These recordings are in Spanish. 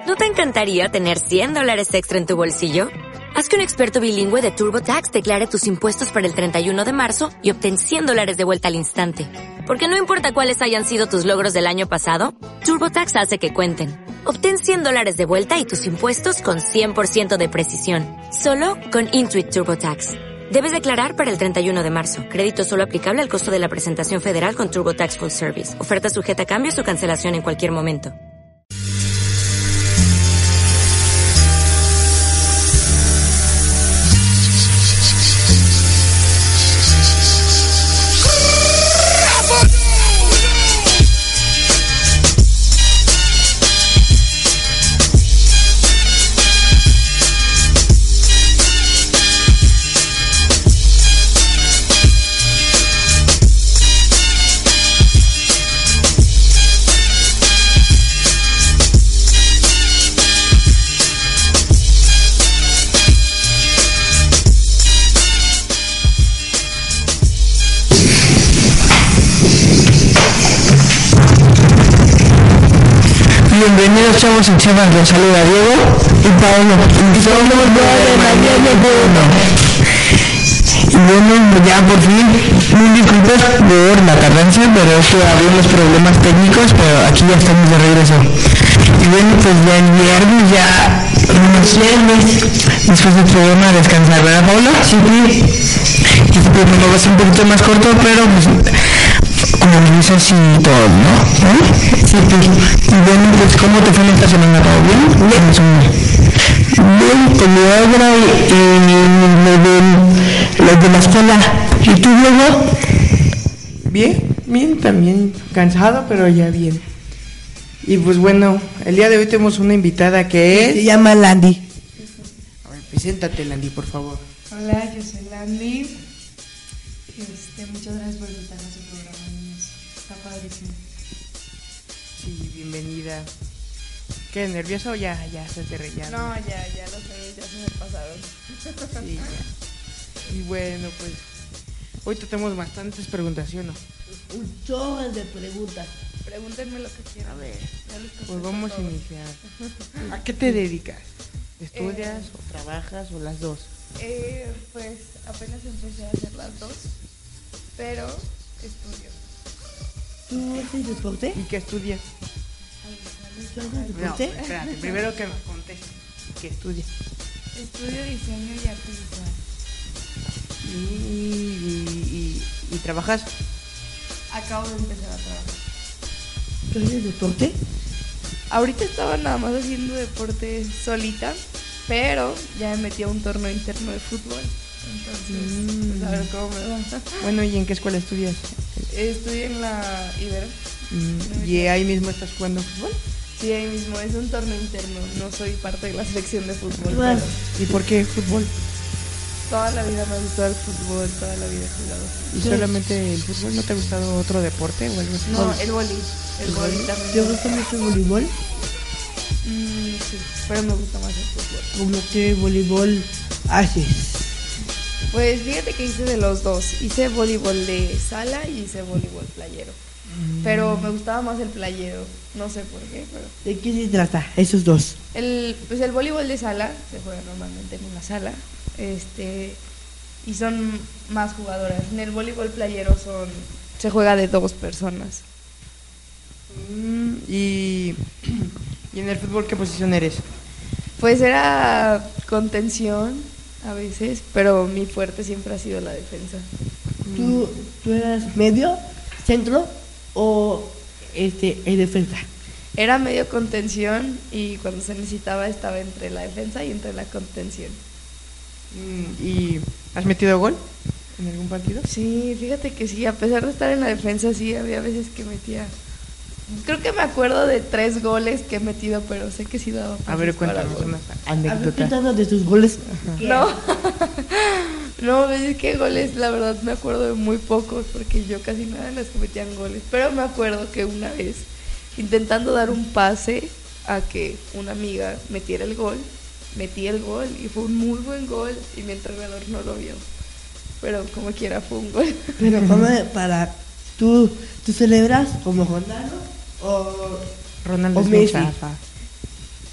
¿No te encantaría tener $100 extra en tu bolsillo? Haz que un experto bilingüe de TurboTax declare tus impuestos para el 31 de marzo y obtén $100 de vuelta al instante. Porque no importa cuáles hayan sido tus logros del año pasado, TurboTax hace que cuenten. Obtén $100 de vuelta y tus impuestos con 100% de precisión. Solo con Intuit TurboTax. Debes declarar para el 31 de marzo. Crédito solo aplicable al costo de la presentación federal con TurboTax Full Service. Oferta sujeta a cambios o cancelación en cualquier momento. Bienvenidos chavos y chavas, los saluda Diego y Pablo. Y somos de Mañana Bueno. Y bueno, ya por fin, mil disculpas por la tardanza, pero es que había unos problemas técnicos, pero aquí ya estamos de regreso. Y bueno, pues ya el viernes, después del programa, descansar, ¿verdad, Pablo? Sí. Y pues bueno, va a ser un poquito más corto, pero pues como dices y todo, ¿no? Sí. Y bueno, pues ¿cómo te fue en esta semana? ¿Todo bien? Bien, con mi obra y lo de la escuela. ¿Y tú, Diego? Bien, también cansado, pero ya bien. Y pues bueno, el día de hoy tenemos una invitada que es... Se llama Landy. A ver, preséntate, Landy, por favor. Hola, yo soy Landy. Muchas gracias por invitarme a su programa, niños. Está padrísimo. Sí, bienvenida. ¿Qué, nervioso o ya se te rellena? No, ya los nervios ya se me pasaron. Sí, ya. Y bueno, pues hoy tenemos bastantes preguntas, ¿sí o no? Un chorro de preguntas. Pregúntenme lo que quieran. A ver, Ya les contesto pues vamos a todo. iniciar. ¿A qué te dedicas? ¿Estudias o trabajas o las dos? Pues apenas empecé a hacer las dos, pero estudio. ¿Tú haces deporte? ¿Y qué estudias? ¿Tú haces No, deporte? espérate, primero que me contestes. ¿Qué estudias? Estudio diseño y arte visual. ¿Y trabajas? Acabo de empezar a trabajar. ¿Tú haces deporte? Ahorita estaba nada más haciendo deporte solita, pero ya me metí a un torneo interno de fútbol. Entonces, pues a ver cómo me va. Bueno, ¿y en qué escuela estudias? Estoy en la Ibero. ¿Y ahí mismo estás jugando fútbol? Sí, ahí mismo, es un torneo interno, no soy parte de la selección de fútbol. Bueno. Pero ¿Y por qué fútbol? toda la vida me ha gustado el fútbol, toda la vida he jugado. ¿Y solamente el fútbol? ¿No te ha gustado otro deporte o algo así? No, el boli también. ¿Te gusta mucho el voleibol? Sí, pero me gusta más el fútbol. ¿Cómo qué voleibol haces? Pues fíjate que hice de los dos, hice voleibol de sala y hice voleibol playero. Pero me gustaba más el playero, no sé por qué, pero... ¿De qué se trata esos dos? Pues el voleibol de sala se juega normalmente en una sala, y son más jugadoras. En el voleibol playero se juega de 2 personas. ¿Y en el fútbol qué posición eres? Pues era contención a veces, pero mi fuerte siempre ha sido la defensa. ¿Tú eras medio, centro o en defensa? Era medio contención y cuando se necesitaba estaba entre la defensa y entre la contención. ¿Y has metido gol en algún partido? Sí, fíjate que sí, a pesar de estar en la defensa, sí, había veces que metía... Creo que me acuerdo de 3 goles que he metido, pero sé que sí daba pases. A ver, para cuéntanos gol. una A ver, anécdota. cuéntanos de tus goles. No, no, es que goles, la verdad me acuerdo de muy pocos, porque yo casi nada de las que metían goles. Pero me acuerdo que una vez, intentando dar un pase a que una amiga metiera el gol, metí el gol y fue un muy buen gol y mi entrenador no lo vio. Pero como quiera fue un gol. Pero para tú celebras como Ronaldo o Ronaldo o es muy Messi. chafa.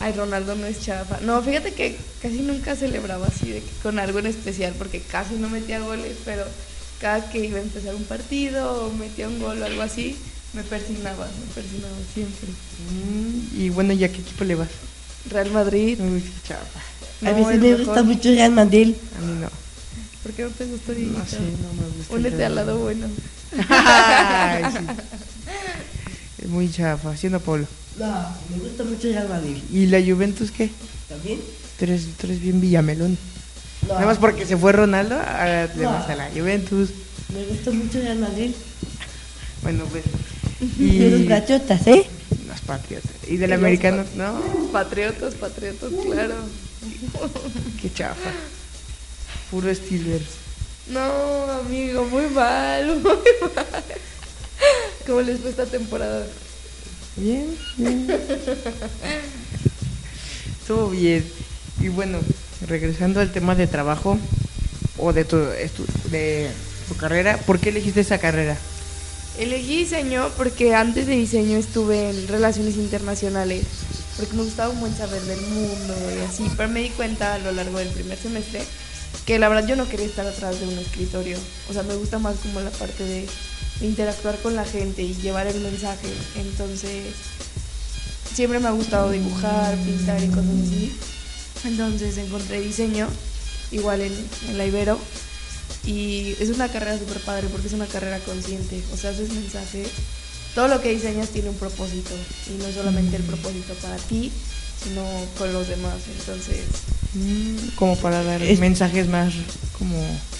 Ay, Ronaldo no es chafa. No, fíjate que casi nunca celebraba así de que con algo en especial, porque casi no metía goles, pero cada que iba a empezar un partido o metía un gol o algo así, me persignaba siempre. Y bueno, ¿y a qué equipo le vas? Real Madrid. Uy, qué chafa. A mí sí el me mejor. gusta mucho Real Madrid. A mí no. ¿Por qué no te gusta, Dieguito? No sé, no me gusta. Únete al lado bueno. Ay, sí. Es muy chafa, haciendo polo. No, me gusta mucho Real Madrid. ¿Y la Juventus qué? ¿También? Tú eres bien Villamelón. No, Nada más porque se fue Ronaldo, ahora le No. vas a la Juventus. me gusta mucho Real Madrid. Bueno, pues. Y los gachotas, ¿eh? Los patriotas. ¿Y del Y los americano? No, Patriotas, claro. qué chafa. Puro Steelers. No, amigo, muy mal, muy mal. ¿Cómo les fue esta temporada? Bien, bien. Estuvo bien. Y bueno, regresando al tema de trabajo o de tu carrera, ¿por qué elegiste esa carrera? Elegí diseño porque antes de diseño estuve en relaciones internacionales, porque me gustaba un buen saber del mundo y así, pero me di cuenta a lo largo del primer semestre que la verdad yo no quería estar atrás de un escritorio, o sea, me gusta más como la parte de interactuar con la gente y llevar el mensaje, entonces siempre me ha gustado dibujar, pintar y cosas así, entonces encontré diseño igual en la Ibero. Y es una carrera súper padre porque es una carrera consciente, o sea, haces mensajes, todo lo que diseñas tiene un propósito y no solamente el propósito para ti, sino con los demás, entonces... Como para dar mensajes más como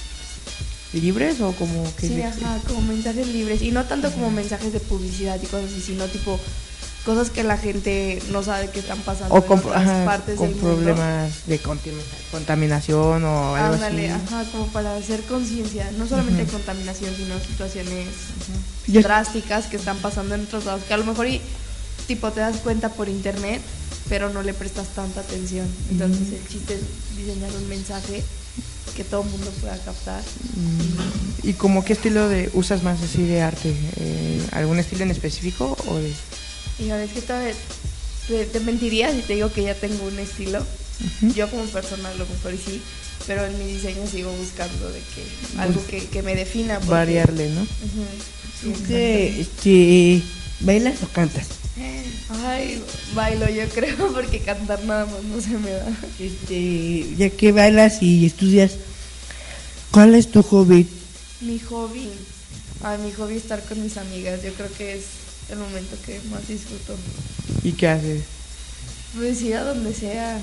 libres o como que... Sí, ajá, como mensajes libres y no tanto como mensajes de publicidad y cosas así, sino tipo cosas que la gente no sabe que están pasando O con, en otras partes con del mundo. problemas de contaminación o algo Ándale, así. ajá, como para hacer conciencia, no solamente de contaminación, sino situaciones Yo- drásticas que están pasando en otros lados, que a lo mejor y tipo te das cuenta por internet, pero no le prestas tanta atención. Entonces el chiste es diseñar un mensaje que todo el mundo pueda captar. ¿Y como qué estilo usas más así de arte? ¿Algún estilo en específico o de...? Y a veces que te mentiría si te digo que ya tengo un estilo. Yo como persona a lo mejor sí, pero en mi diseño sigo buscando de que algo que me defina. Porque, Variarle, ¿no? Sí, ¿Tú qué, bailas o cantas? Ay, bailo yo creo porque cantar nada más no se me da. Ya que bailas y estudias, ¿cuál es tu hobby? Mi hobby es estar con mis amigas. Yo creo que es el momento que más disfruto. ¿Y qué haces? Pues ir a donde sea,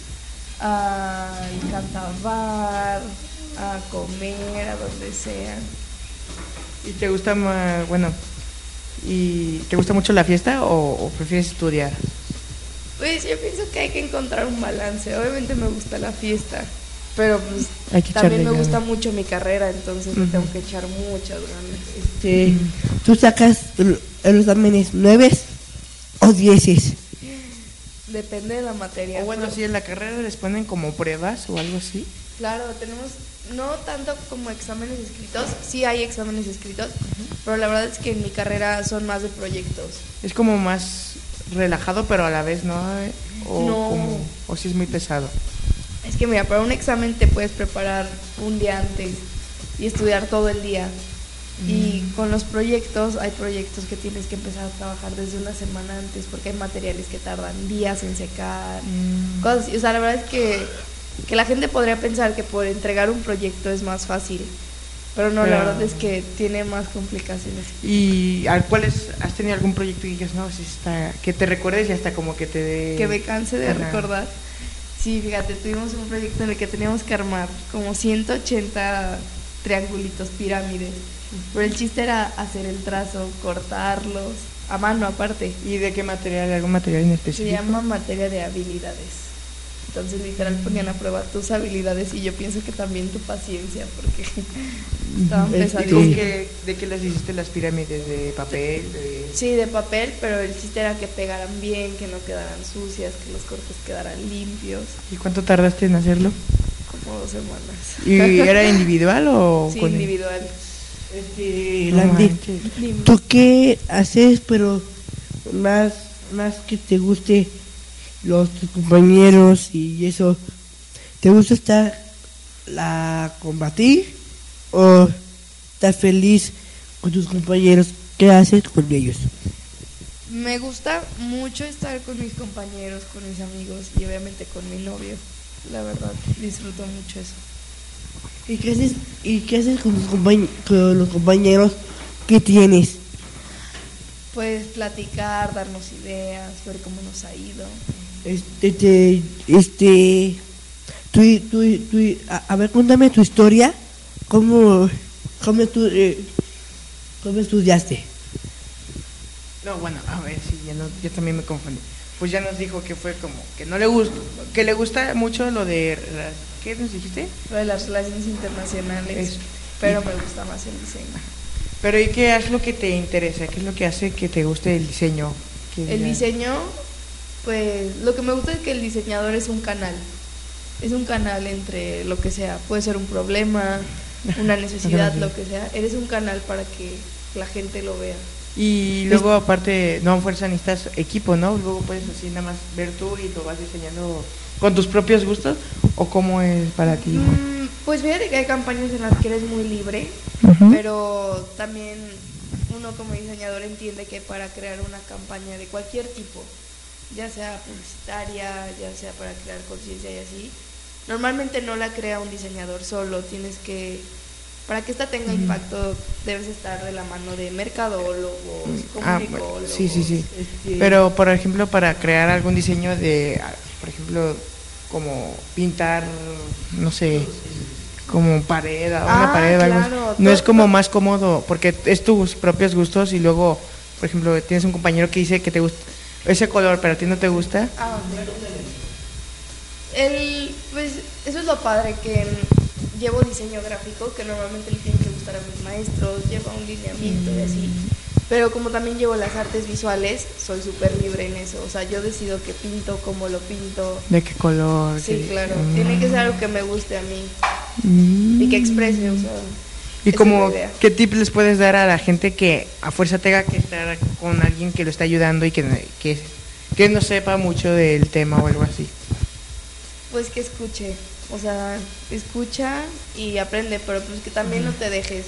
al cantabar, a comer, a donde sea. ¿Y te gusta más, bueno, y te gusta mucho la fiesta o prefieres estudiar? Pues yo pienso que hay que encontrar un balance. Obviamente me gusta la fiesta, pero pues Hay que también me echarle gusta ganas. mucho mi carrera, entonces le tengo que echar muchas ganas. ¿Tú sacas los exámenes 9 o 10? Depende de la materia. O bueno, pero- si en la carrera les ponen como pruebas o algo así. Claro, tenemos no tanto como exámenes escritos, sí hay exámenes escritos, pero la verdad es que en mi carrera son más de proyectos. Es como más relajado, pero a la vez no. No. O si es muy pesado. Es que mira, para un examen te puedes preparar un día antes y estudiar todo el día. Y con los proyectos, hay proyectos que tienes que empezar a trabajar desde una semana antes porque hay materiales que tardan días en secar, cosas así. O sea, la verdad es que la gente podría pensar que por entregar un proyecto es más fácil, pero no, la Pero- verdad es que tiene más complicaciones. ¿Y has tenido algún proyecto que digas, no, si está, que te recuerdes y hasta como que te dé... Que me canse de Ajá. recordar. Sí, fíjate, tuvimos un proyecto en el que teníamos que armar como 180 triangulitos, pirámides. Pero el chiste era hacer el trazo, cortarlos, a mano aparte. ¿Y de qué material? ¿Algún material en Se específico? llama materia de habilidades. Entonces literal ponían a prueba tus habilidades y yo pienso que también tu paciencia porque estaban ¿Y pesadísimas. con de qué las hiciste las pirámides? ¿De papel? Sí, de papel, pero el chiste era que pegaran bien, que no quedaran sucias, que los cortes quedaran limpios. ¿Y cuánto tardaste en hacerlo? Como 2 semanas. ¿Y era individual o Sí, con individual. No Landy, manches. ¿tú qué haces, pero más que te guste tus compañeros y eso, ¿te gusta combatir o estás feliz con tus compañeros? ¿Qué haces con ellos? Me gusta mucho estar con mis compañeros, con mis amigos y obviamente con mi novio. La verdad, disfruto mucho eso. ¿Y qué haces con con los compañeros que tienes? Pues platicar, darnos ideas, ver cómo nos ha ido. A ver, cuéntame tu historia. ¿Cómo estudiaste? No, bueno, a ver, sí, yo también me confundí. Pues ya nos dijo que fue como que no le gusta, que le gusta mucho lo de ¿qué nos dijiste? Lo de las relaciones internacionales, Eso. pero me gusta más el diseño. Pero ¿y qué es lo que te interesa? ¿Qué es lo que hace que te guste el diseño? El diseño, pues lo que me gusta es que el diseñador es un canal. Es un canal entre lo que sea. Puede ser un problema, una necesidad, lo que sea. Eres un canal para que la gente lo vea. Y luego aparte, no a fuerza necesitas equipo, ¿no? Luego puedes así nada más ver tú y lo vas diseñando con tus propios gustos. ¿O cómo es para ti? Pues fíjate que hay campañas en las que eres muy libre, pero también uno como diseñador entiende que para crear una campaña de cualquier tipo, ya sea publicitaria, ya sea para crear conciencia y así, normalmente no la crea un diseñador solo. Para que esta tenga impacto, debes estar de la mano de mercadólogos, comunicólogos. Sí. Pero, por ejemplo, para crear algún diseño por ejemplo, como pintar, no sé, como pared, una pared o algo así, no es como más cómodo, porque es tus propios gustos y luego, por ejemplo, tienes un compañero que dice que te gusta ese color, pero a ti no te gusta. Pues eso es lo padre, que llevo diseño gráfico, que normalmente le tienen que gustar a mis maestros, llevo un lineamiento y así, pero como también llevo las artes visuales, soy súper libre en eso. O sea, yo decido qué pinto, cómo lo pinto. ¿De qué color? Sí, claro, tiene que ser algo que me guste a mí y que exprese, o sea. ¿Y como qué tip les puedes dar a la gente que a fuerza tenga que estar con alguien que lo está ayudando y que no sepa mucho del tema o algo así? Pues que escuche, o sea, escucha y aprende, pero pues que también no te dejes.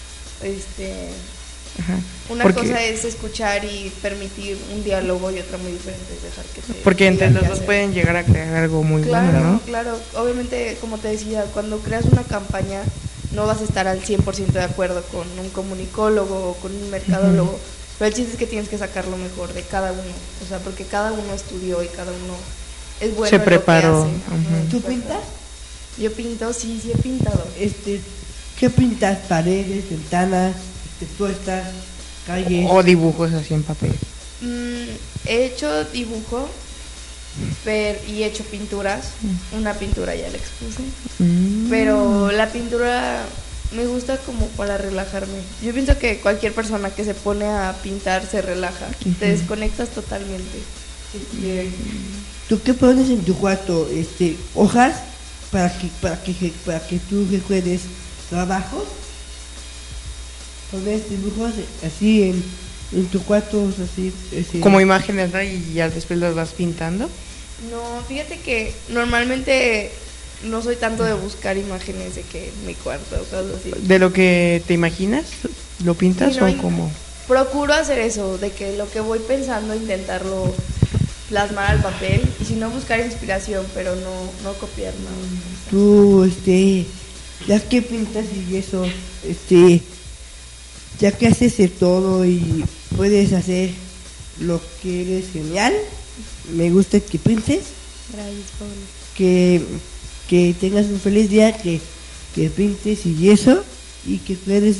Una cosa es escuchar y permitir un diálogo y otra muy diferente es dejar que te... Porque entre los dos pueden llegar a crear algo muy bueno, ¿no? Claro, obviamente, como te decía, cuando creas una campaña no vas a estar al 100% de acuerdo con un comunicólogo o con un mercadólogo, pero el chiste es que tienes que sacar lo mejor de cada uno, o sea, porque cada uno estudió y cada uno es bueno. Se preparó. En lo que hace. ¿Tú pintas? Yo pinto, sí he pintado. ¿Qué pintas? ¿Paredes, ventanas, puertas, calles? O dibujos así en papel. He hecho dibujo y he hecho pinturas. Una pintura ya la expuse. Pero la pintura me gusta como para relajarme. Yo pienso que cualquier persona que se pone a pintar se relaja. Te desconectas totalmente. ¿Tú qué pones en tu cuarto? ¿Hojas para que tú recuerdes trabajos? ¿Pones dibujos así en tu cuarto? Así? Como imágenes, ¿no? Y ya después los vas pintando. No, fíjate que normalmente no soy tanto de buscar imágenes de que mi cuarto o cosas así. ¿De lo que te imaginas? ¿Lo pintas Sí, no, o cómo? Procuro hacer eso, de que lo que voy pensando intentarlo plasmar al papel, y si no buscar inspiración, pero no copiar nada. Tú, ya que pintas y eso, ya que haces de todo y puedes hacer lo que eres genial, me gusta que pintes. Gracias, Pablo. Que tengas un feliz día, que pintes y eso, y que puedes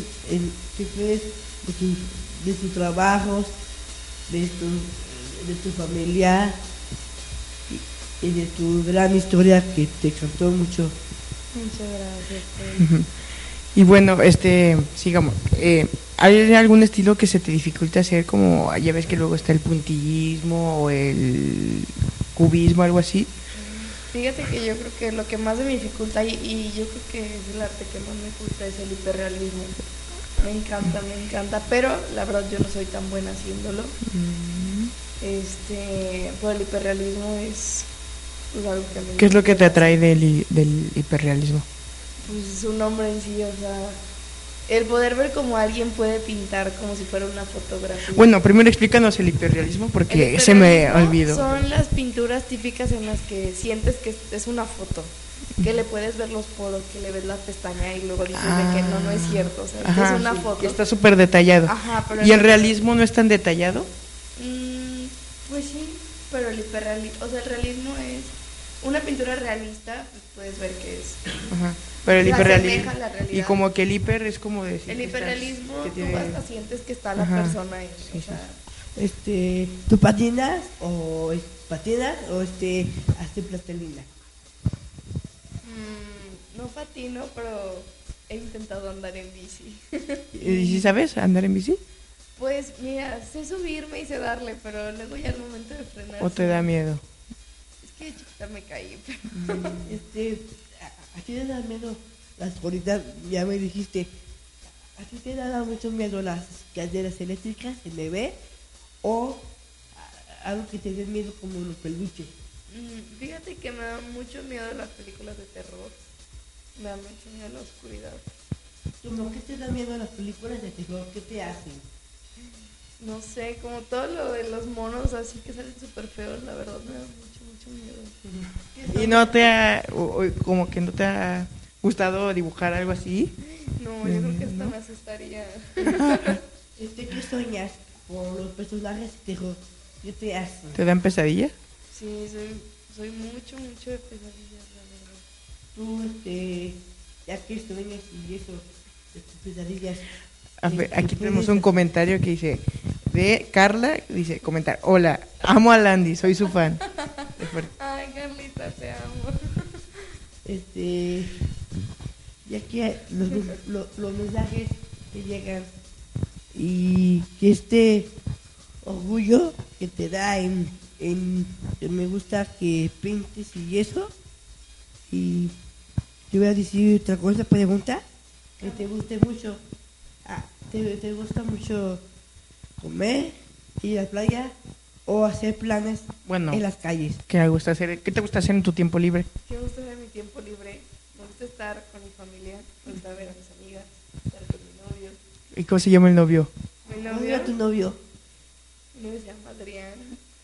de tus trabajos, de tu familia y de tu gran historia que te encantó mucho. Muchas gracias, Pablo. Y bueno, sigamos. ¿Hay algún estilo que se te dificulte hacer? Como ya ves que luego está el puntillismo o el cubismo, algo así. Fíjate que yo creo que lo que más me dificulta y yo creo que es el arte que más me gusta es el hiperrealismo. Me encanta, pero la verdad yo no soy tan buena haciéndolo. Pues el hiperrealismo es pues, algo que a mí ¿Qué es lo que te me atrae del hiperrealismo? pues su nombre en sí, o sea, el poder ver cómo alguien puede pintar como si fuera una fotografía. Bueno, primero explícanos el hiperrealismo porque El se me hiperrealismo olvidó. son las pinturas típicas en las que sientes que es una foto, que le puedes ver los poros, que le ves la pestaña y luego dices de que no es cierto, o sea, esta Ajá, es una sí, foto. que está súper detallado. Ajá, pero ¿Y el realismo no es tan detallado? Pues sí, pero el hiperrealismo, o sea, el realismo es una pintura realista, pues puedes ver que es. Ajá. Pero el La hiperrealismo. asemeja a la realidad. Y como que el hiper es como decir. El que estás- hiperrealismo, que tú tiene- hasta sientes que está la Ajá. persona ahí, Sí, o sea, ¿Tú patinas o haces plastilina? no patino, pero he intentado andar en bici. ¿Y si sabes andar en bici? Pues mira, sé subirme y sé darle, pero luego ya al momento de frenar. ¿O te da miedo? Es que de chiquita me caí. ¿A ti te da miedo las ahorita ya me dijiste, a ti te da mucho miedo las caderas eléctricas, el bebé, o algo que te dé miedo como los peluches? Fíjate que me da mucho miedo las películas de terror. Me da mucho miedo la oscuridad. ¿Cómo que te da miedo las películas de terror? ¿Qué te hacen? No sé, como todo lo de los monos así que salen súper feos, la verdad me da mucho miedo. ¿Y no te ha, como que no te ha gustado dibujar algo así? No, yo creo que hasta me asustaría. ¿Qué sueñas con los personajes de terror? ¿Qué te hacen? ¿Te dan pesadilla? Sí, soy mucho de pesadillas, la verdad. Tú, ya que sueñas y eso, de tus pesadillas. A ver, aquí ¿puedes tenemos un comentario que dice, de Carla, dice, comentar, hola, amo a Landy, soy su fan. Ay, Carlita, te amo. Ya que los mensajes te llegan y que este orgullo que te da en que me gusta que pintes y eso, y te voy a decir otra cosa, pregunta, que te guste mucho, te gusta mucho comer, ir a la playa o hacer planes Bueno, en las calles. ¿qué te gusta hacer en tu tiempo libre? ¿Qué me gusta hacer en mi tiempo libre? Me gusta estar con mi familia, me gusta ver a mis amigas, estar con mi novio. ¿Y cómo se llama el novio? Mi ¿Cómo novio, era tu novio? mi novio se llama Adrián.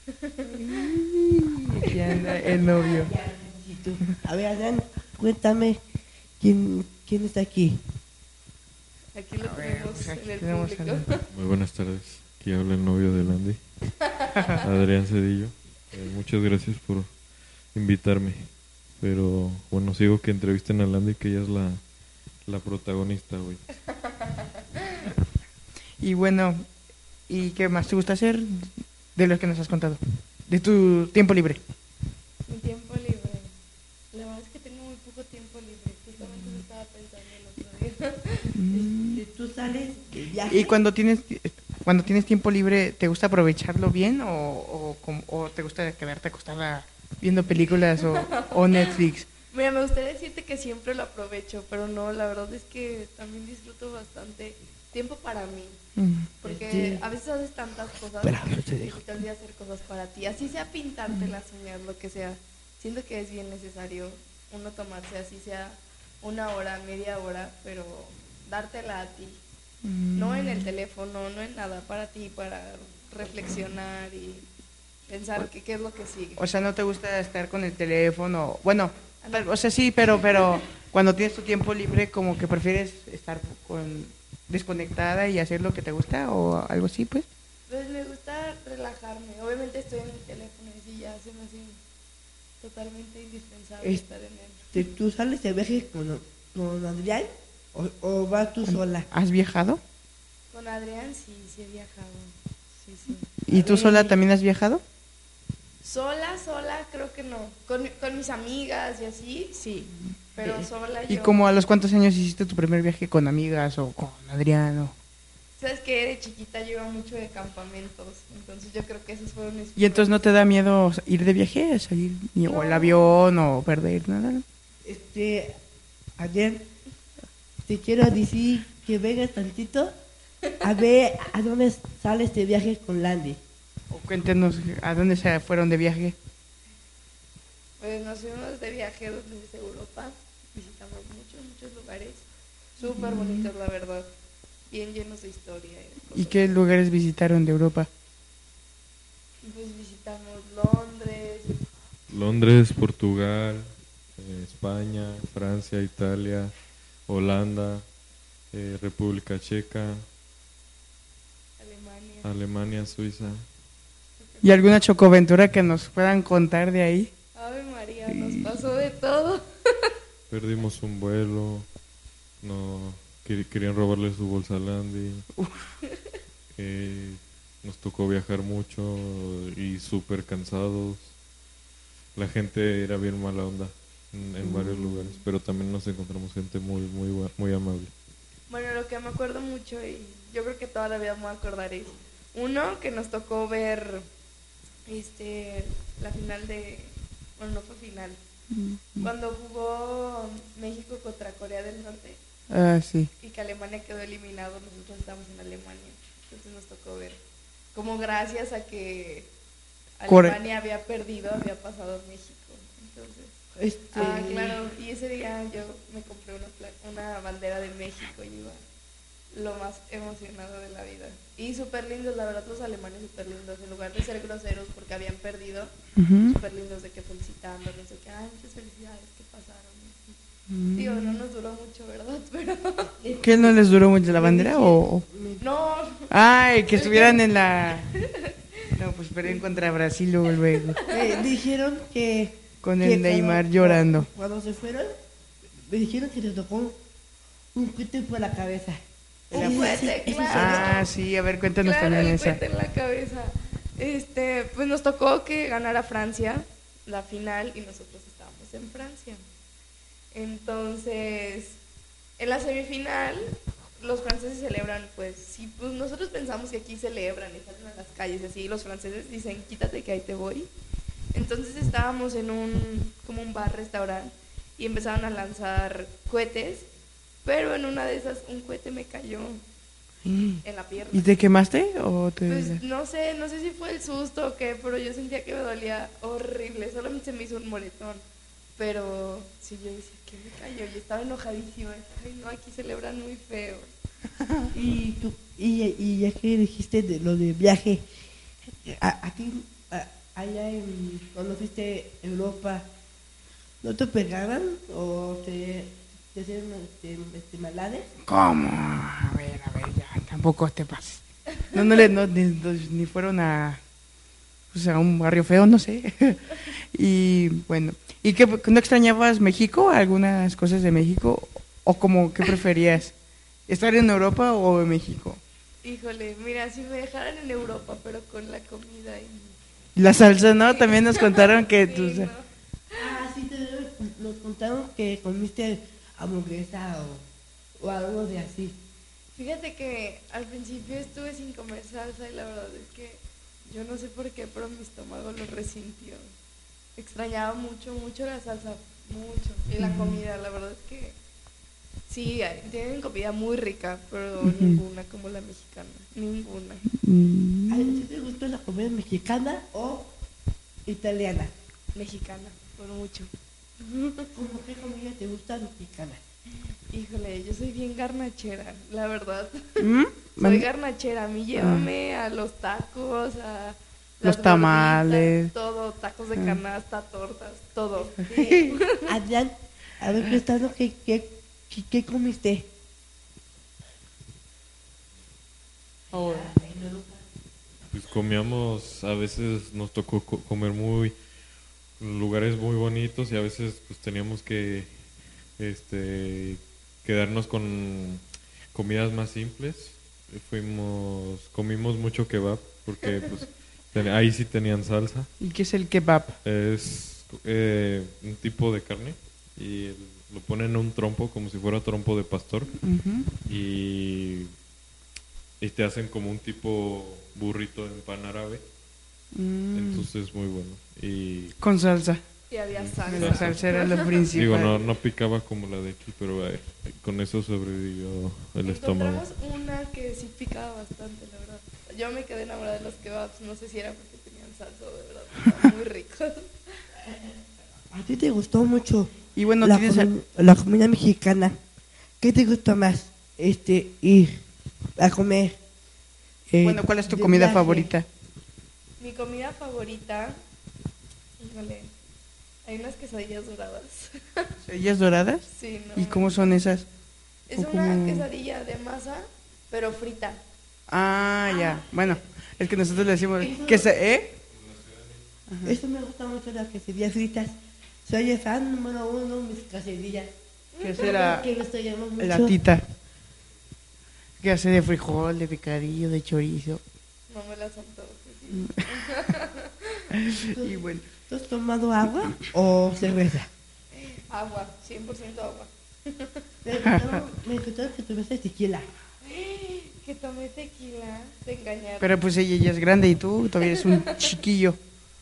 Aquí anda el novio. Y tú, a ver, Adán, cuéntame quién está aquí. Aquí lo tenemos pues aquí en el tenemos público. Muy buenas tardes, aquí habla el novio de Landy, Adrián Cedillo. Muchas gracias por invitarme, pero bueno, sigo que entrevisten a Landy, que ella es la protagonista hoy. Y bueno, ¿y qué más te gusta hacer de lo que nos has contado? De tu tiempo libre. Mi tiempo libre. La verdad es que tengo muy poco tiempo libre. Justamente lo estaba pensando el otro día. ¿Tú sales de viaje? ¿Y cuando tienes tiempo libre, te gusta aprovecharlo bien o te gusta quedarte acostada viendo películas o Netflix? Mira, me gustaría decirte que siempre lo aprovecho, pero no, la verdad es que también disfruto bastante tiempo para mí. Porque a veces haces tantas cosas que te olvidas hacer cosas para ti. Así sea pintarte las uñas, lo que sea. Siento que es bien necesario uno tomarse así sea una hora, media hora, pero dártela a ti. No en el teléfono, no en nada, para ti, para reflexionar y pensar qué es lo que sigue. O sea, ¿no te gusta estar con el teléfono? Bueno, o sea, sí, pero cuando tienes tu tiempo libre, como que prefieres estar desconectada y hacer lo que te gusta o algo así, pues. Pues me gusta relajarme. Obviamente estoy en el teléfono y sí, ya se me hace totalmente indispensable estar en él. ¿Tú sales de viaje con Adrián o vas tú sola? ¿Has viajado? Con Adrián sí he viajado. Sí. ¿Y tú sola también has viajado? Sola, creo que no. Con mis amigas y así, sí. Pero sola ¿Y yo. como a los cuántos años hiciste tu primer viaje con amigas o con Adrián? Sabes que de chiquita yo iba mucho de campamentos, entonces yo creo que esos fueron mis... ¿Y entonces no te da miedo ir de viaje, salir o el avión o perder nada? Adrián, te quiero decir que vengas tantito a ver a dónde sale este viaje con Landy. O cuéntenos a dónde se fueron de viaje. Pues nos fuimos de viaje donde es Europa, visitamos muchos lugares, súper bonitos la verdad, bien llenos de historia. ¿Y qué lugares visitaron de Europa? Pues visitamos Londres. Londres, Portugal, España, Francia, Italia, Holanda, República Checa, Alemania, Suiza. ¿Y alguna chocoventura que nos puedan contar de ahí? Ave María, nos pasó de todo. Perdimos un vuelo, querían robarle su bolsa a Landy. Nos tocó viajar mucho y súper cansados. La gente era bien mala onda en varios lugares, pero también nos encontramos gente muy amable. Bueno, lo que me acuerdo mucho y yo creo que toda la vida me voy a acordar es uno que nos tocó ver la final no fue final, cuando jugó México contra Corea del Norte. Ah, sí. Y que Alemania quedó eliminado, nosotros estábamos en Alemania, entonces nos tocó ver como gracias a que Alemania había perdido, había pasado a México. Entonces, claro, y ese día yo me compré una bandera de México y iba lo más emocionado de la vida. Y súper lindos, la verdad, los alemanes súper lindos, en lugar de ser groseros porque habían perdido, súper lindos de que felicitando, no sé qué, muchas felicidades, ¿qué pasaron? Digo, no nos duró mucho, ¿verdad? Pero... ¿Qué no les duró mucho la bandera o...? No. Ay, que estuvieran en la... No, pues perdieron contra Brasil luego. Dijeron que... Con el Neymar llorando. Cuando se fueron, me dijeron que les tocó un cohete por la cabeza. Un cohete, claro. Ah, sí, a ver, cuéntanos claro, también esa. Un cohete en la cabeza. Pues nos tocó que ganara Francia la final y nosotros estábamos en Francia. Entonces, en la semifinal, los franceses celebran, pues, sí, pues nosotros pensamos que aquí celebran y salen a las calles y así, los franceses dicen, quítate que ahí te voy. Entonces estábamos en como un bar-restaurante y empezaron a lanzar cohetes, pero en una de esas un cohete me cayó en la pierna. ¿Y te quemaste o te...? Pues no sé si fue el susto o qué, pero yo sentía que me dolía horrible, solamente se me hizo un moretón. Pero sí, yo decía, ¿qué me cayó? Y estaba enojadísima. Ay, no, aquí celebran muy feo. Y ya que dijiste de lo de viaje, a ti, allá cuando fuiste a Europa, ¿no te pegaban o te hacían maldades? ¿Cómo? A ver, ya, tampoco te pases. Ni fueron a un barrio feo, no sé. Y bueno, ¿y qué, no extrañabas México? ¿Algunas cosas de México? ¿O como qué preferías? ¿Estar en Europa o en México? Híjole, mira, si me dejaran en Europa, pero con la comida y... La salsa, ¿no? También nos contaron que sí, tú... no. Sí, nos contaron que comiste hamburguesa o algo de así. Fíjate que al principio estuve sin comer salsa y la verdad es que yo no sé por qué, pero mi estómago lo resintió. Extrañaba mucho la salsa, mucho. Y la comida, la verdad es que sí, tienen comida muy rica, pero ninguna como la mexicana, ninguna. ¿A ti te gusta la comida mexicana o italiana? Mexicana, por mucho. ¿Cómo qué comida te gusta mexicana? Híjole, yo soy bien garnachera, la verdad. Soy garnachera, a mí llévame a los tacos, a los tamales, todo, tacos de canasta, tortas, todo. Adrián, a ver, Cristano, ¿qué comiste? Pues comíamos, a veces nos tocó comer lugares muy bonitos y a veces pues teníamos que quedarnos con comidas más simples. Comimos mucho kebab porque pues ahí sí tenían salsa. ¿Y qué es el kebab? Es un tipo de carne y lo ponen en un trompo como si fuera trompo de pastor y te hacen como un tipo burrito en pan árabe. Entonces es muy bueno. Y con salsa. Y había salsa. La salsa era lo principal. Digo, no picaba como la de aquí, pero con eso sobrevivió el estómago. Encontramos una que sí picaba bastante, la verdad. Yo me quedé enamorada de los kebabs, no sé si era porque tenían salsa o de verdad, estaban muy ricos. ¿A ti te gustó mucho Y bueno, la comida mexicana? ¿Qué te gusta más? Ir a comer. Bueno, ¿cuál es tu de comida viaje? favorita? Mi comida favorita, híjole, hay unas quesadillas doradas. ¿Quesadillas doradas? Sí, no. ¿Y cómo son esas? Es ¿O una cómo? quesadilla de masa, pero frita. Ah, ya. Bueno, es que nosotros le decimos... ¿Eh? Eso me gusta mucho, las quesadillas fritas. Soy el fan número 1 de mis quesadillas. Que hace la Que me estoy llamando mucho. latita. Que hace de frijol, de picadillo, de chorizo. No me las antojo. Y bueno, ¿Tú has tomado agua o cerveza? Agua, 100% agua. Me gustó que tuviste tequila. Que tomé tequila, te engañaron. pero pues ella ya es grande y tú todavía eres un chiquillo.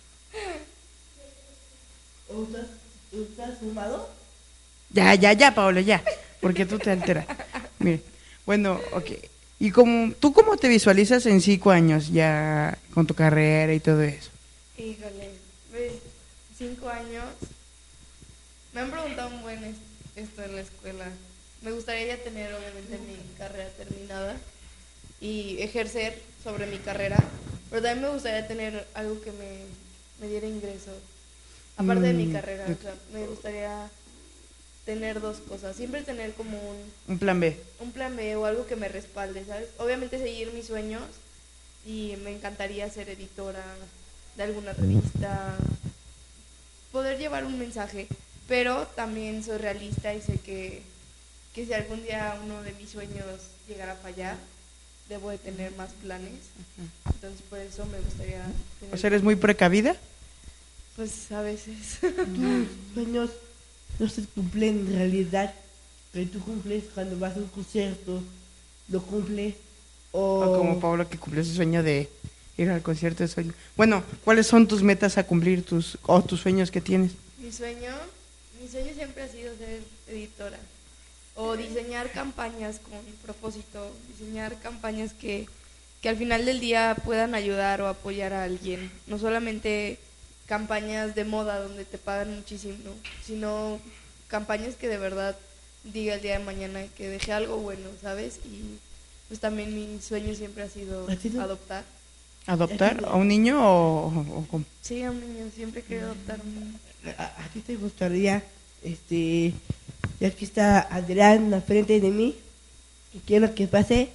¿Tú has fumado? Ya, Paolo, ya. Porque tú te alteras. Mire, bueno, ok. ¿Y tú cómo te visualizas en 5 años ya con tu carrera y todo eso? Híjole, ¿ves? 5 años. Me han preguntado un buen esto en la escuela. Me gustaría ya tener obviamente mi carrera terminada y ejercer sobre mi carrera, pero también me gustaría tener algo que me diera ingresos. Aparte de mi carrera, o sea, me gustaría tener 2 cosas. Siempre tener como Un plan B. un plan B o algo que me respalde, ¿sabes? Obviamente seguir mis sueños y me encantaría ser editora de alguna revista, poder llevar un mensaje, pero también soy realista y sé que si algún día uno de mis sueños llegara a fallar, debo de tener más planes. Entonces por eso me gustaría tener... O sea, ¿eres muy precavida? Pues a veces. Tus sueños no se cumplen en realidad, pero tú cumples cuando vas a un concierto, lo cumples O como Paolo que cumplió su sueño de ir al concierto de sueño. Bueno, ¿cuáles son tus metas a cumplir tus sueños que tienes? Mi sueño siempre ha sido ser editora o diseñar campañas con propósito, diseñar campañas que al final del día puedan ayudar o apoyar a alguien, no solamente campañas de moda donde te pagan muchísimo, sino campañas que de verdad diga el día de mañana que dejé algo bueno, ¿sabes? Y pues también mi sueño siempre ha sido adoptar. ¿Adoptar a un niño o cómo? Sí, a un niño, siempre he querido adoptar a un niño. ¿A ti te gustaría, y aquí está Adrián al frente de mí, y quiero que pase,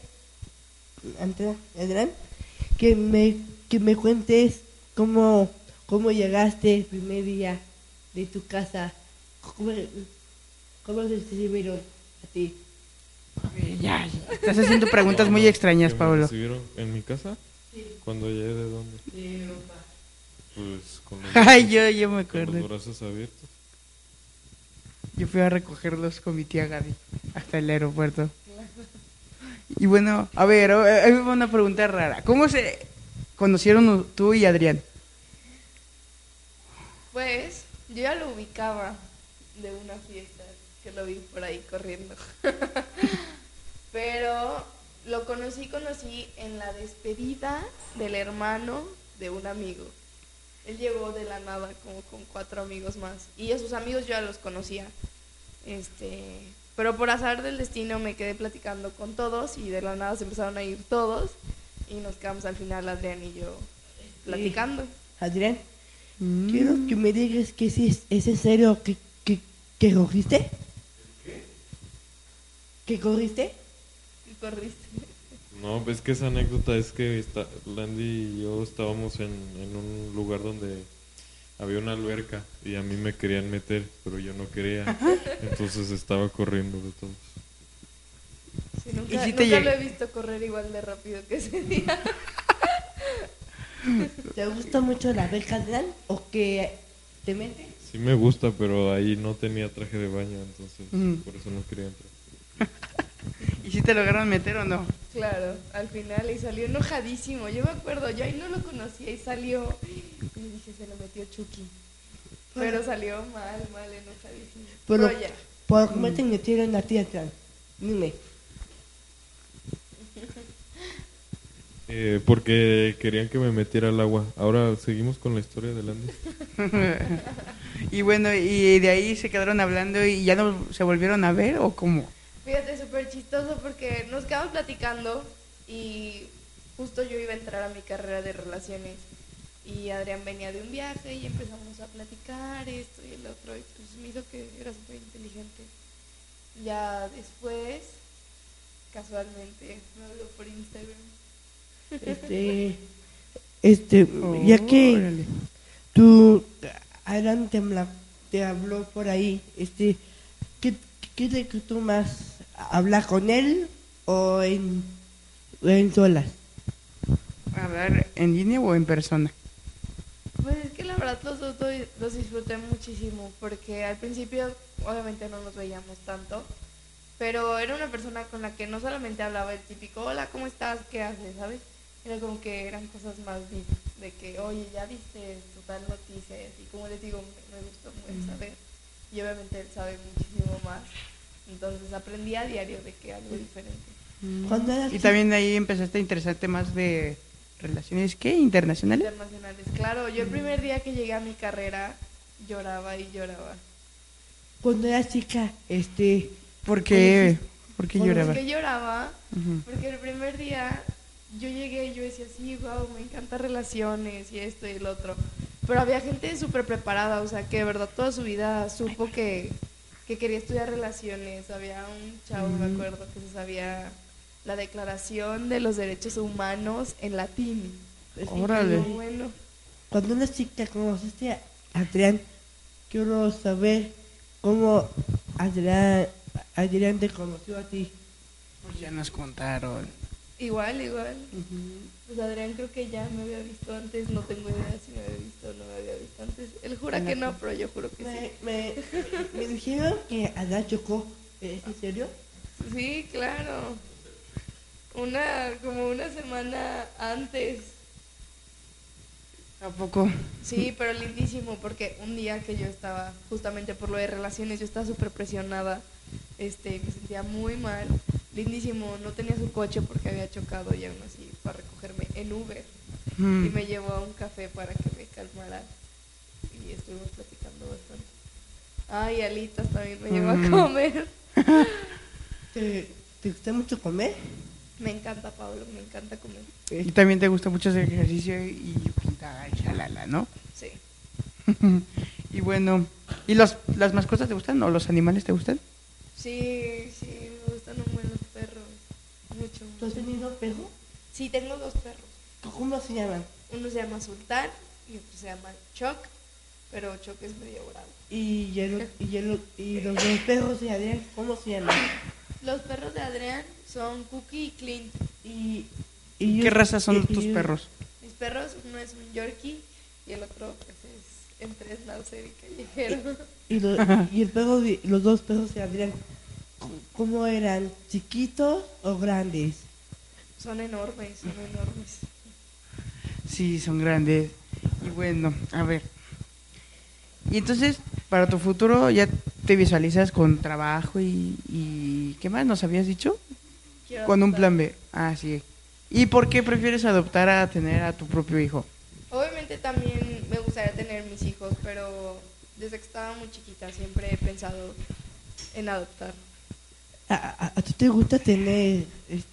Adrián, que me cuentes cómo llegaste el primer día de tu casa, cómo te recibieron a ti. Ya, estás haciendo preguntas muy extrañas, ¿Que me Paolo. recibieron en mi casa? Sí. ¿Cuando llegué de dónde? De Europa. Pues con los, Ay, yo me con acuerdo. los brazos abiertos. Yo fui a recogerlos con mi tía Gaby hasta el aeropuerto. Y bueno, a ver, ahí me va una pregunta rara. ¿Cómo se conocieron tú y Adrián? Pues yo ya lo ubicaba de una fiesta que lo vi por ahí corriendo. Pero lo conocí en la despedida del hermano de un amigo. Él llegó de la nada como con 4 amigos más y a sus amigos yo ya los conocía. Pero por azar del destino me quedé platicando con todos y de la nada se empezaron a ir todos y nos quedamos al final Adrián y yo platicando. Adrián, quiero que me digas que si es en serio que corriste. ¿Que corriste? Y corriste. No, pues que esa anécdota es que Landy y yo estábamos en un lugar donde había una alberca y a mí me querían meter, pero yo no quería. Entonces estaba corriendo de todos. Sí, nunca, ¿Y si nunca te lo llega? he visto correr igual de rápido que ese día. ¿Te gusta mucho la alberca, Adrián? ¿O que te metes? Sí me gusta, pero ahí no tenía traje de baño, entonces por eso no quería entrar. ¿Y si te lograron meter o no? Claro, al final y salió enojadísimo. Yo me acuerdo, yo ahí no lo conocía y salió. Y dije, se lo metió Chucky. Pero salió mal, enojadísimo. Pero ya. ¿por cómo te metieron a ti, Adrián? Dime. Porque querían que me metiera al agua. Ahora seguimos con la historia de Landy. Y bueno, y de ahí se quedaron hablando y ya no se volvieron a ver, ¿o cómo? Fíjate, súper chistoso porque nos quedamos platicando y justo yo iba a entrar a mi carrera de relaciones y Adrián venía de un viaje y empezamos a platicar esto y el otro y pues me hizo que era súper inteligente. Ya después, casualmente, me habló por Instagram. Ya que Órale. tú, Alan te habló por ahí, ¿qué te gustó más? ¿Hablar con él o en solas? ¿Hablar en línea o en persona? Pues es que la verdad los disfruté muchísimo porque al principio obviamente no nos veíamos tanto, pero era una persona con la que no solamente hablaba el típico hola, ¿cómo estás? ¿Qué haces? ¿Sabes? Era como que eran cosas más deep, de que oye, ya viste esto, tal noticia y así, como les digo, me gustó mucho saber y obviamente él sabe muchísimo más, entonces aprendí a diario de que algo diferente. Cuando eras Y también ahí empezaste a interesarte más de relaciones, ¿qué? ¿Internacionales? Internacionales, claro, yo el primer día que llegué a mi carrera lloraba y lloraba. Cuando eras chica, ¿Por qué ¿Por lloraba? ¿Por qué lloraba? Ujú. Porque el primer día yo llegué y yo decía, sí, wow, me encantan relaciones y esto y el otro. Pero había gente súper preparada, o sea, que de verdad toda su vida supo que quería estudiar relaciones. Había un chavo, me acuerdo, que se sabía la Declaración de los Derechos Humanos en latín. Órale. Y yo, bueno, cuando eras chica conociste a Adrián, quiero saber cómo Adrián te conoció a ti. Pues ya nos contaron. igual. Pues Adrián creo que ya me había visto antes, no tengo idea si me había visto o no me había visto antes. Él jura que no, pero yo juro que sí. Me dijeron que Adrián chocó. ¿Es en serio? Sí, claro. Como una semana antes. ¿A poco? Sí, pero lindísimo, porque un día que yo estaba, justamente por lo de relaciones, yo estaba súper presionada, me sentía muy mal, lindísimo, no tenía su coche porque había chocado y aún así fue a recogerme en Uber y me llevó a un café para que me calmara y estuvimos platicando bastante. Ay, alitas también me llevó a comer. ¿Te gusta mucho comer? Me encanta, Pablo, me encanta comer. Y también te gusta mucho hacer ejercicio y pintar, chalala, ¿no? Sí. Y bueno, ¿y las mascotas te gustan o los animales te gustan? Sí, me gustan un buen los perros. Mucho. ¿Tú has tenido perro? Sí, tengo 2 perros. ¿Cómo se llaman? Uno se llama Sultán y otro se llama Choc, pero Choc es medio bravo. Y los dos perros de Adrián, ¿cómo se llaman? Los perros de Adrián son Cookie y Clint. ¿Qué raza son tus perros? Mis perros, uno es un Yorkie y el otro pues, es entre Schnauzer y callejero. Los dos perros de Adrián, ¿cómo eran? ¿Chiquitos o grandes? Son enormes. Sí, son grandes. Y bueno, a ver. Y entonces, para tu futuro, ¿ya te visualizas con trabajo y qué más nos habías dicho? Quiero Con un adoptar. plan B. Ah, sí. ¿Y por qué prefieres adoptar a tener a tu propio hijo? Obviamente también me gustaría tener mis hijos, pero desde que estaba muy chiquita siempre he pensado en adoptar. ¿A ti te gusta tener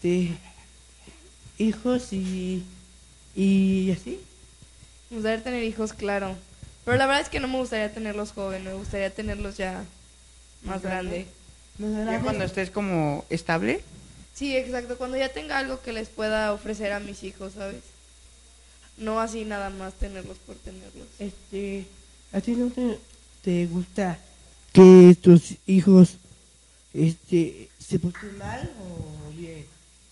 hijos y así? Me gustaría tener hijos, claro. Pero la verdad es que no me gustaría tenerlos jóvenes, me gustaría tenerlos ya más grande. Ya cuando estés como estable. Sí, exacto, cuando ya tenga algo que les pueda ofrecer a mis hijos, ¿sabes? No así nada más tenerlos por tenerlos. ¿A ti no te gusta que tus hijos se porten mal o bien?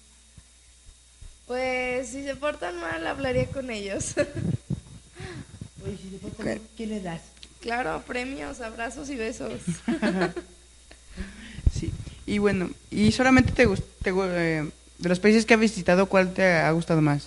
Pues si se portan mal, hablaría con ellos. Oye, si se portan mal, ¿qué le das? Claro, premios, abrazos y besos. Sí. Y bueno, ¿y solamente de los países que has visitado, cuál te ha gustado más?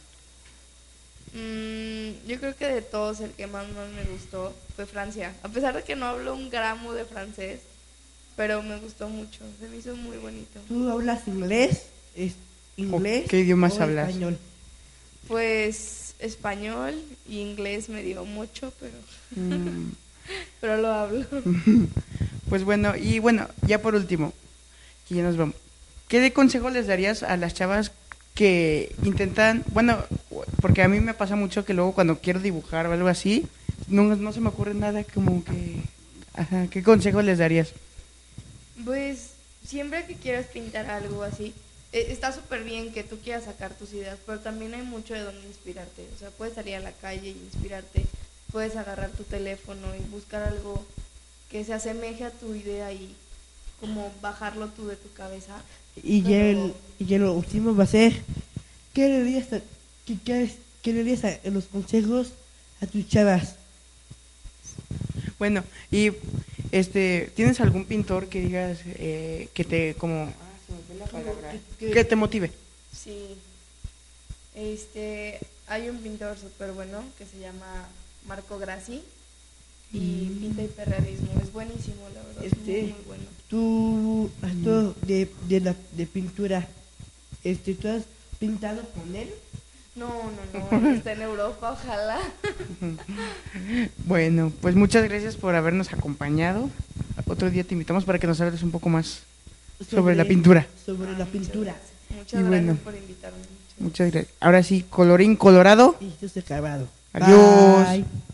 Yo creo que de todos el que más me gustó fue Francia. A pesar de que no hablo un gramo de francés, pero me gustó mucho. Se me hizo muy bonito. ¿Tú hablas inglés? ¿Inglés? ¿Qué idiomas o hablas? español? Pues español y inglés me dio mucho, pero lo hablo. Pues bueno, y bueno, ya por último, que ya nos vamos. ¿Qué consejo les darías a las chavas que intentan, bueno, porque a mí me pasa mucho que luego cuando quiero dibujar o algo así, no se me ocurre nada como que, ajá, ¿qué consejo les darías? Pues siempre que quieras pintar algo así, está súper bien que tú quieras sacar tus ideas, pero también hay mucho de dónde inspirarte. O sea, puedes salir a la calle y inspirarte, puedes agarrar tu teléfono y buscar algo que se asemeje a tu idea y como bajarlo tú de tu cabeza. Y ya lo último va a ser, ¿qué le dirías a los consejos a tus chavas? Bueno, y ¿tienes algún pintor que digas que te como se me fue la palabra, que te motive? Sí. Hay un pintor súper bueno que se llama Marco Grassi y pinta hiperrealismo. Es buenísimo, la verdad. Es muy, muy bueno. Tú, de pintura, ¿tú has pintado con él? No, él está en Europa, ojalá. Bueno, pues muchas gracias por habernos acompañado. Otro día te invitamos para que nos hables un poco más sobre la pintura. Sobre la pintura. Muchas gracias por invitarme. Muchas gracias. Ahora sí, colorín colorado. Y esto se ha acabado. Adiós. Bye.